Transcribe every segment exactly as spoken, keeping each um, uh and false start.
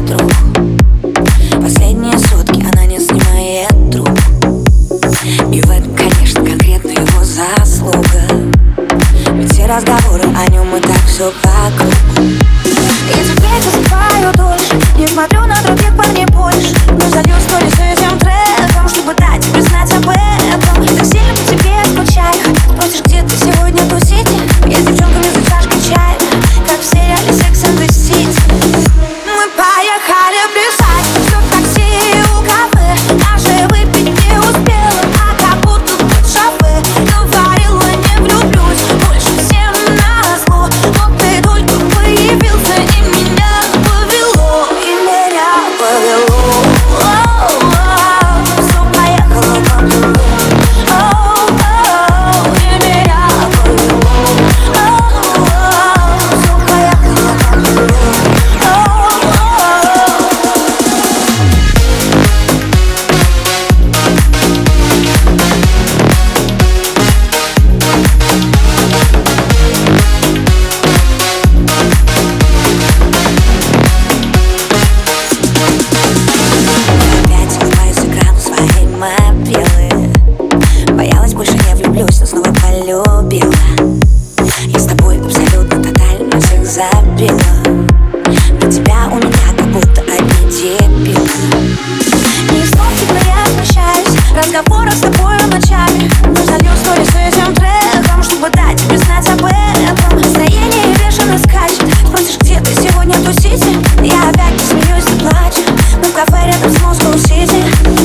друг. Последние сутки она не снимает трубку. И в этом, конечно, конкретно его заслуга. Ведь все разговоры о нем и так все вокруг. И теперь засыпаю дольше, не смотрю на других парней больше. Но залью сторис этим треком, чтобы дать тебе знать об этом. Так сильно по тебе скучаю. Спросишь, где ты сегодня тусить? Я с девчонками за чашкой чая, как в сериале Sex and the City. Мы поехали плясать, все в такси у кафе. Даже выпить не успела, а как будто под шофе. Говорила, не влюблюсь больше всем назло. Но ты только появился, и меня повело, и меня повело. Все поехало по кругу. И меня повело. Все поехало по кругу. Опять улыбаюсь экрану своей мобилы. Боялась, больше не влюблюсь, но снова полюбила. Я с тобой абсолютно тотально всех забила. Про тебя у меня как будто одни дебилы. Не из слов тепло я прощаюсь, разговора с тобой в начале. Но залью сторис этим треком, чтобы дать тебе знать об этом. Настроение бешено скачет. Спросишь, где ты сегодня тусить? Я опять не смеюсь, ты плачешь. Мы в кафе рядом с Москва-Сити.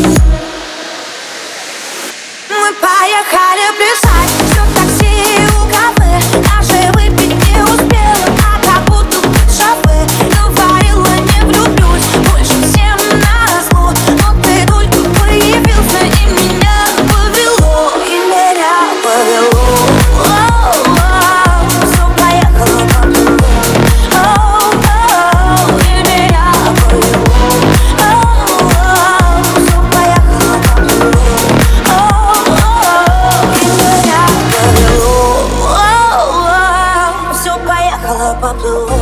Мы поехали плясать, все в такси у кафе. Даже выпить не успела, а как будто под шофе. Говорила, не влюблюсь больше всем назло. Но ты только появился, и меня повело, и меня повело. Все поехало по кругу. И меня повело. Все поехало по кругу. И меня повело. Все поехало по кругу.